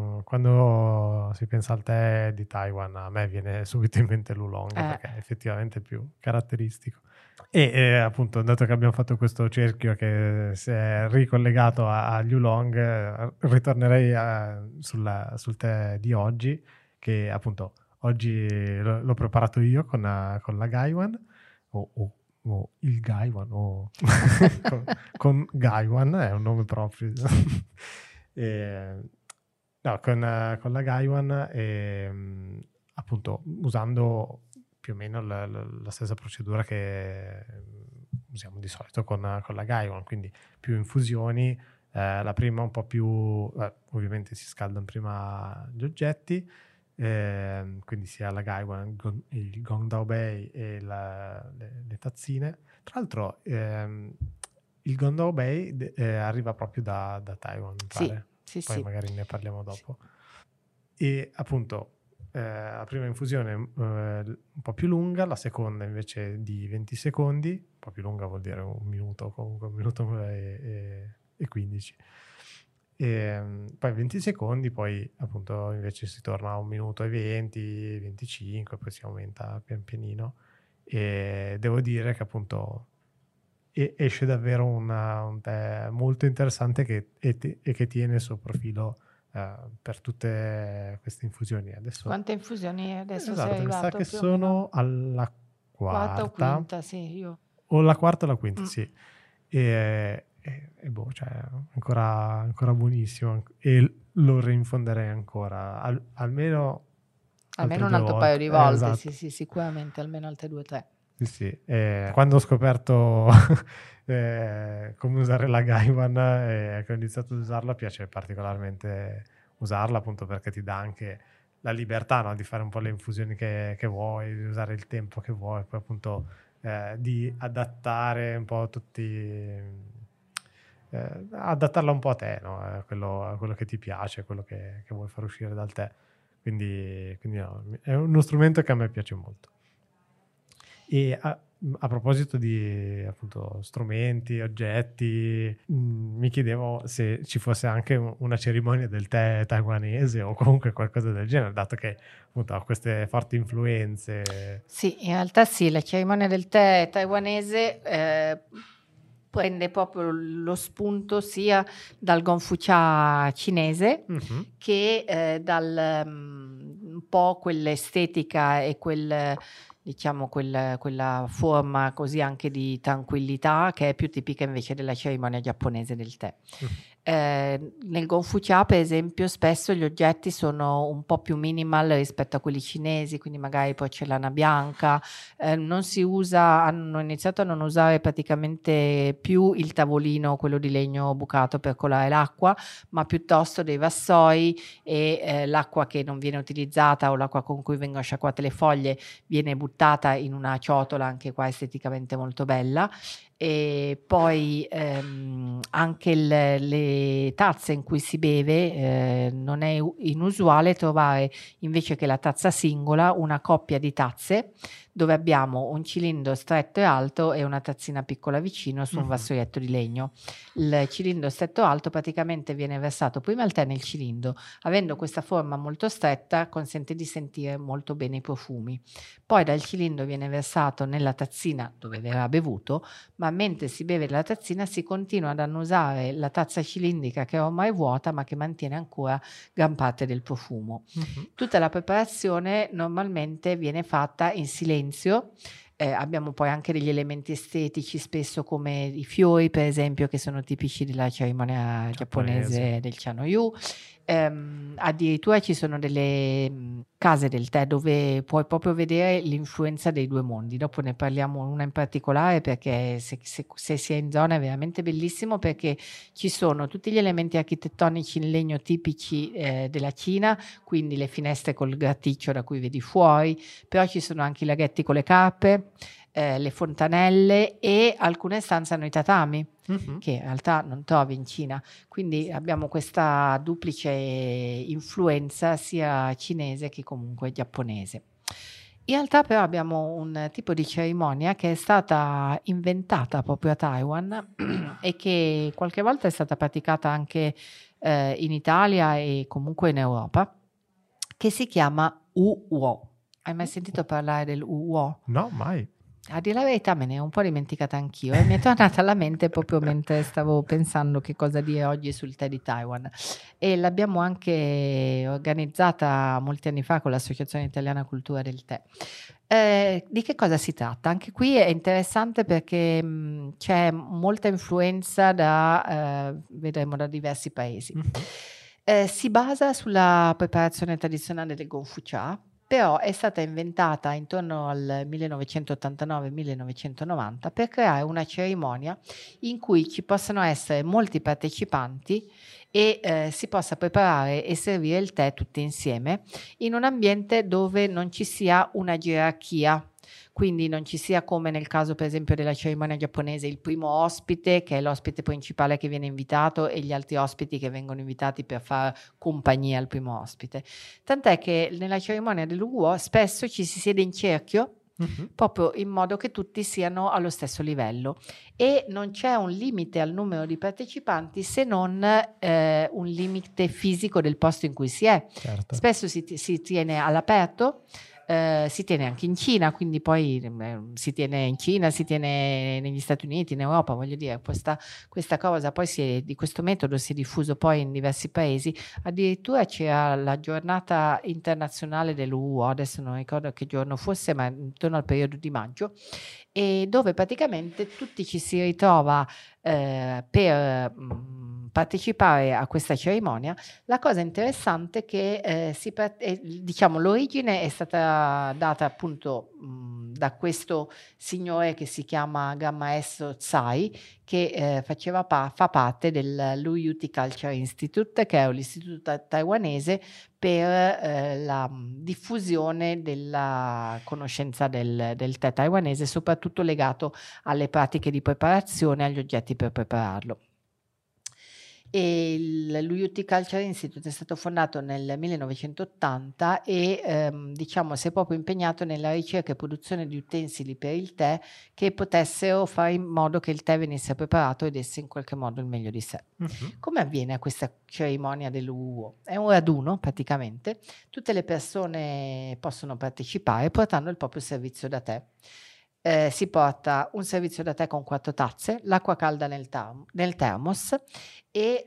si pensa al tè di Taiwan, a me viene subito in mente l'oolong, perché è effettivamente più caratteristico. E appunto, dato che abbiamo fatto questo cerchio che si è ricollegato agli oolong, ritornerei sul tè di oggi, che appunto oggi l'ho preparato io con la Gaiwan, o il Gaiwan, o con Gaiwan, è un nome proprio. No, con la Gaiwan, appunto usando più o meno la stessa procedura che usiamo di solito con la Gaiwan, quindi più infusioni, la prima un po' più, ovviamente si scaldano prima gli oggetti, quindi sia la Gaiwan, il Gong Dao Bei e le tazzine. Tra l'altro il Gong Dao Bei arriva proprio da Taiwan, mi pare. Poi magari ne parliamo dopo. E appunto la prima infusione un po' più lunga, la seconda invece di 20 secondi, un po' più lunga vuol dire un minuto, comunque 1 minuto e 15. Poi 20 secondi, poi appunto invece si torna a 1 minuto e 20, 25, poi si aumenta pian pianino, e devo dire che appunto esce davvero un tè molto interessante e che tiene il suo profilo per tutte queste infusioni. Adesso, quante infusioni adesso esatto, sei arrivato? mi sa che sono alla quarta o quinta, sì, io. O la quarta o la quinta, sì. E boh, cioè, ancora buonissimo, e lo rinfonderei ancora almeno un altro paio di volte. Esatto. Sì, sicuramente almeno altre 2 o 3. Sì. Quando ho scoperto come usare la Gaiwan e che ho iniziato ad usarla, piace particolarmente usarla, appunto perché ti dà anche la libertà, no, di fare un po' le infusioni che vuoi, di usare il tempo che vuoi, poi appunto di adattare un po' adattarla un po' a te, no? A quello che ti piace, quello che vuoi far uscire dal tè. Quindi no, è uno strumento che a me piace molto. E a proposito di appunto strumenti, oggetti, mi chiedevo se ci fosse anche una cerimonia del tè taiwanese o comunque qualcosa del genere, dato che appunto ha queste forti influenze. Sì, in realtà sì, la cerimonia del tè taiwanese prende proprio lo spunto sia dal Gongfu Cha cinese che un po' quell'estetica e quella forma così anche di tranquillità che è più tipica invece della cerimonia giapponese del tè. Nel Gongfu Cha, per esempio, spesso gli oggetti sono un po' più minimal rispetto a quelli cinesi, quindi magari porcellana bianca. Non si usa, hanno iniziato a non usare praticamente più il tavolino, quello di legno bucato per colare l'acqua, ma piuttosto dei vassoi e l'acqua che non viene utilizzata o l'acqua con cui vengono sciacquate le foglie viene buttata in una ciotola, anche qua esteticamente molto bella. E poi anche le tazze in cui si beve, non è inusuale trovare invece che la tazza singola una coppia di tazze dove abbiamo un cilindro stretto e alto e una tazzina piccola vicino su un vassoietto di legno. Il cilindro stretto e alto praticamente viene versato prima il tè nel cilindro, avendo questa forma molto stretta consente di sentire molto bene i profumi. Poi dal cilindro viene versato nella tazzina dove verrà bevuto, ma mentre si beve la tazzina si continua ad annusare la tazza cilindrica che è ormai vuota ma che mantiene ancora gran parte del profumo. Tutta la preparazione normalmente viene fatta in silenzio. Abbiamo poi anche degli elementi estetici spesso come i fiori, per esempio, che sono tipici della cerimonia giapponese del Chanoyu. Addirittura ci sono delle case del tè dove puoi proprio vedere l'influenza dei due mondi. Dopo ne parliamo una in particolare perché se si è in zona è veramente bellissimo, perché ci sono tutti gli elementi architettonici in legno tipici della Cina, quindi le finestre col gratticcio da cui vedi fuori, però ci sono anche i laghetti con le carpe, le fontanelle, e alcune stanze hanno i tatami che in realtà non trovi in Cina, quindi abbiamo questa duplice influenza sia cinese che comunque giapponese. In realtà però abbiamo un tipo di cerimonia che è stata inventata proprio a Taiwan e che qualche volta è stata praticata anche in Italia e comunque in Europa, che si chiama Uwo. Hai mai sentito parlare del Uwo? No, mai. A dire la verità me ne ero un po' dimenticata anch'io e mi è tornata alla mente proprio mentre stavo pensando che cosa dire oggi sul tè di Taiwan, e l'abbiamo anche organizzata molti anni fa con l'Associazione Italiana Cultura del Tè. Di che cosa si tratta? Anche qui è interessante perché c'è molta influenza vedremo da diversi paesi. Si basa sulla preparazione tradizionale del Gongfu Cha, però è stata inventata intorno al 1989-1990 per creare una cerimonia in cui ci possano essere molti partecipanti e si possa preparare e servire il tè tutti insieme in un ambiente dove non ci sia una gerarchia. Quindi non ci sia, come nel caso per esempio della cerimonia giapponese, il primo ospite che è l'ospite principale che viene invitato e gli altri ospiti che vengono invitati per fare compagnia al primo ospite. Tant'è che nella cerimonia dell'Uwo spesso ci si siede in cerchio proprio in modo che tutti siano allo stesso livello e non c'è un limite al numero di partecipanti se non un limite fisico del posto in cui si è. Certo. Spesso si tiene all'aperto. Si tiene anche in Cina, quindi poi si tiene in Cina, si tiene negli Stati Uniti, in Europa, voglio dire, questa cosa poi di questo metodo si è diffuso poi in diversi paesi. Addirittura c'era la giornata internazionale dell'UO, adesso non ricordo che giorno fosse, ma intorno al periodo di maggio, e dove praticamente tutti ci si ritrova per partecipare a questa cerimonia. La cosa interessante è che diciamo, l'origine è stata data appunto da questo signore che si chiama Gran Maestro Tsai, che fa parte del Luyuti Culture Institute, che è un istituto taiwanese per la diffusione della conoscenza del tè taiwanese, soprattutto legato alle pratiche di preparazione, agli oggetti per prepararlo. E l'Uyuti Culture Institute è stato fondato nel 1980 e diciamo si è proprio impegnato nella ricerca e produzione di utensili per il tè che potessero fare in modo che il tè venisse preparato e desse in qualche modo il meglio di sé. Come avviene a questa cerimonia dell'Uwo? È un raduno praticamente, tutte le persone possono partecipare portando il proprio servizio da tè. si porta un servizio da tè con 4 tazze, l'acqua calda nel thermos e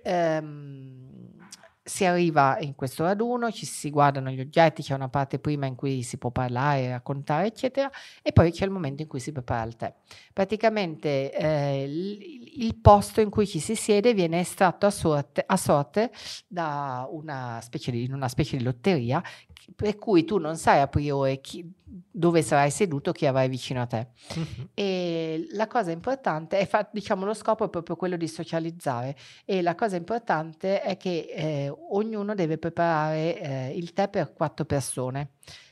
si arriva in questo raduno, ci si guardano gli oggetti, c'è una parte prima in cui si può parlare, raccontare, eccetera, e poi c'è il momento in cui si prepara il tè. Praticamente il posto in cui ci si siede viene estratto a sorte da in una specie di lotteria, per cui tu non sai a priori dove sarai seduto, chi avrai vicino a te. E la cosa importante è, diciamo, lo scopo è proprio quello di socializzare, e la cosa importante è che ognuno deve preparare il tè per 4 persone,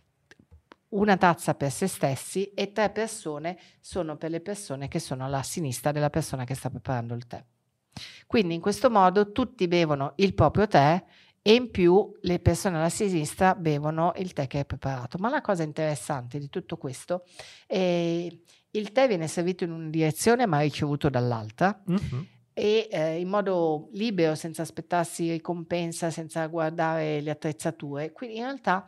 una tazza per se stessi e 3 persone sono per le persone che sono alla sinistra della persona che sta preparando il tè. Quindi in questo modo tutti bevono il proprio tè e in più le persone alla sinistra bevono il tè che è preparato. Ma la cosa interessante di tutto questo è il tè viene servito in una direzione ma ricevuto dall'altra. E in modo libero, senza aspettarsi ricompensa, senza guardare le attrezzature. Quindi in realtà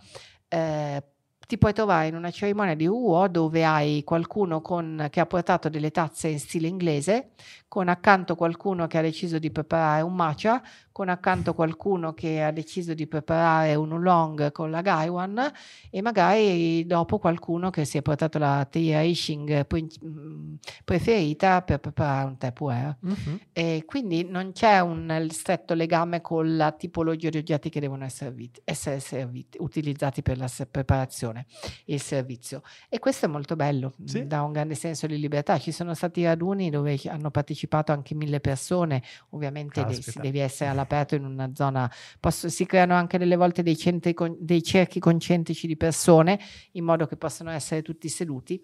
ti puoi trovare in una cerimonia di Wu dove hai qualcuno che ha portato delle tazze in stile inglese, con accanto qualcuno che ha deciso di preparare un matcha, con accanto qualcuno che ha deciso di preparare un oolong con la Gaiwan, e magari dopo qualcuno che si è portato la tea Ishing preferita per preparare un tè puer. E quindi non c'è un stretto legame con la tipologia di oggetti che devono essere utilizzati per la preparazione e il servizio, e questo è molto bello, dà un grande senso di libertà. Ci sono stati raduni dove hanno partecipato anche 1000 persone, ovviamente devi essere all'aperto in una zona, si creano anche delle volte dei cerchi concentrici di persone in modo che possano essere tutti seduti,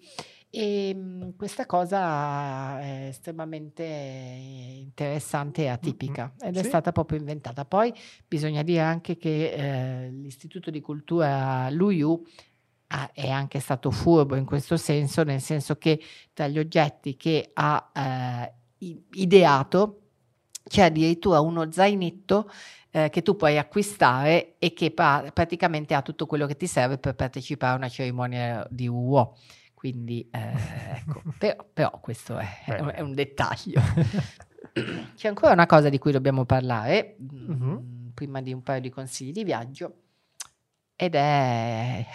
e questa cosa è estremamente interessante e atipica ed è stata proprio inventata. Poi bisogna dire anche che l'Istituto di Cultura Luyu è anche stato furbo in questo senso, nel senso che tra gli oggetti che ha ideato c'è addirittura uno zainetto che tu puoi acquistare e che praticamente ha tutto quello che ti serve per partecipare a una cerimonia di Wu. Quindi ecco, però questo è un dettaglio. C'è ancora una cosa di cui dobbiamo parlare prima di un paio di consigli di viaggio, ed è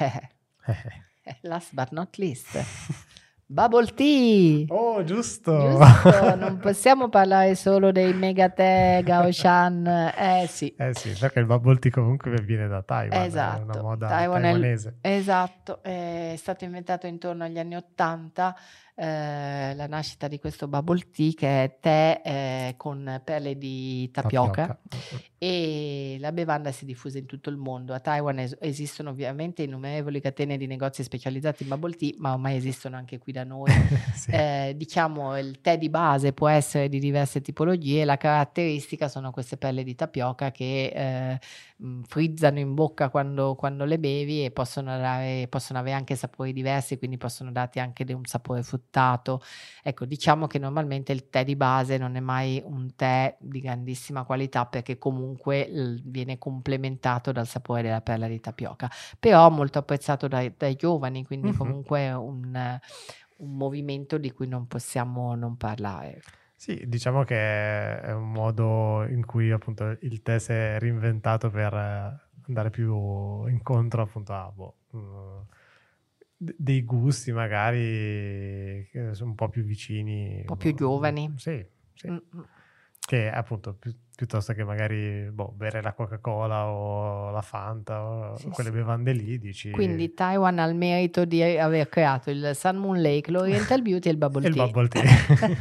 last but not least, bubble tea. Oh, giusto, non possiamo parlare solo dei mega tè Gaoshan. Sì, perché il bubble tea comunque viene da Taiwan, esatto, è una moda taiwanese. Esatto, è stato inventato intorno agli anni 80, la nascita di questo bubble tea, che è tè con perle di tapioca. E la bevanda si è diffusa in tutto il mondo. A Taiwan esistono ovviamente innumerevoli catene di negozi specializzati in bubble tea, ma ormai esistono anche qui da noi. Diciamo, il tè di base può essere di diverse tipologie, la caratteristica sono queste perle di tapioca che frizzano in bocca quando le bevi e possono avere anche sapori diversi, quindi possono darti anche un sapore fruttato. Ecco, diciamo che normalmente il tè di base non è mai un tè di grandissima qualità, perché comunque viene complementato dal sapore della perla di tapioca, però molto apprezzato dai giovani, quindi comunque è un movimento di cui non possiamo non parlare. Sì, diciamo che è un modo in cui appunto il tè si è reinventato per andare più incontro appunto a dei gusti magari che sono un po' più vicini, un po' più giovani. Sì. Che appunto piuttosto che magari bere la Coca-Cola o la Fanta o quelle bevande lì, dici. Quindi Taiwan ha il merito di aver creato il Sun Moon Lake, l'Oriental Beauty e il bubble tea. Il bubble tea.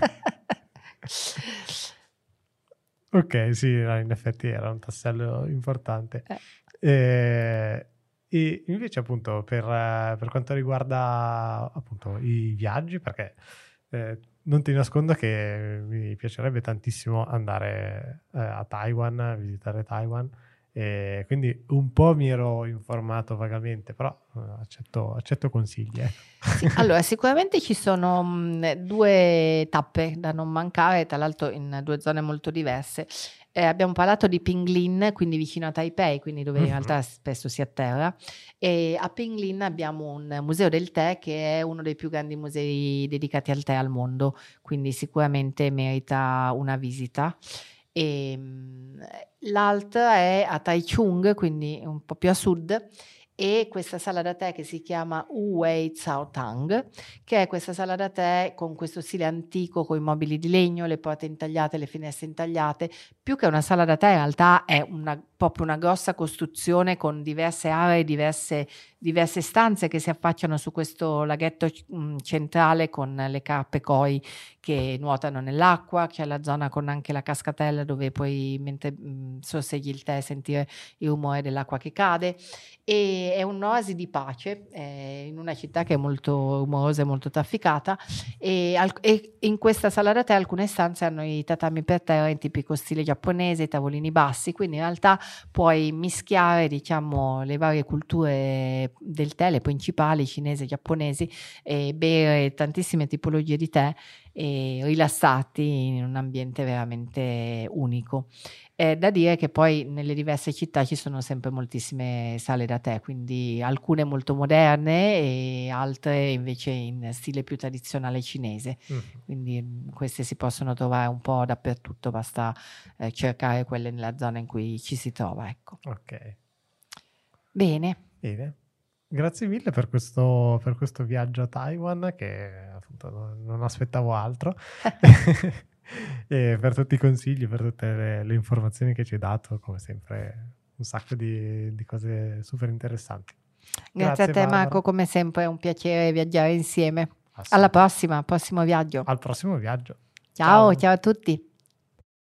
Ok, sì, in effetti era un tassello importante. E invece appunto per quanto riguarda appunto i viaggi, perché non ti nascondo che mi piacerebbe tantissimo andare a Taiwan, visitare Taiwan, e quindi un po' mi ero informato vagamente, però accetto consigli. Sì, allora, sicuramente ci sono 2 tappe da non mancare, tra l'altro in 2 zone molto diverse. Abbiamo parlato di Pinglin, quindi vicino a Taipei, quindi dove in realtà spesso si atterra, e a Pinglin abbiamo un museo del tè che è uno dei più grandi musei dedicati al tè al mondo, quindi sicuramente merita una visita. L'altra è a Taichung, quindi un po' più a sud, e questa sala da tè che si chiama Wu Wei Cao Tang, che è questa sala da tè con questo stile antico, con i mobili di legno, le porte intagliate, le finestre intagliate. Più che una sala da tè in realtà è proprio una grossa costruzione con diverse aree, diverse stanze che si affacciano su questo laghetto centrale con le carpe koi che nuotano nell'acqua. C'è la zona con anche la cascatella dove puoi, mentre sorseggi il tè, sentire il rumore dell'acqua che cade, e è un'oasi di pace in una città che è molto rumorosa e molto trafficata, e in questa sala da tè alcune stanze hanno i tatami per terra in tipico stile giapponese, i tavolini bassi, quindi in realtà puoi mischiare, diciamo, le varie culture del tè, le principali, cinesi e giapponesi, e bere tantissime tipologie di tè e rilassarti in un ambiente veramente unico. È da dire che poi nelle diverse città ci sono sempre moltissime sale da tè, quindi alcune molto moderne e altre invece in stile più tradizionale cinese. Quindi queste si possono trovare un po' dappertutto, basta cercare quelle nella zona in cui ci si trova, ecco. Ok. Bene. Grazie mille per questo viaggio a Taiwan, che appunto non aspettavo altro. E per tutti i consigli, per tutte le informazioni che ci hai dato, come sempre un sacco di cose super interessanti. Grazie a te, Barbara. Marco, come sempre è un piacere viaggiare insieme. Alla prossima, prossimo viaggio. Al prossimo viaggio. Ciao a tutti.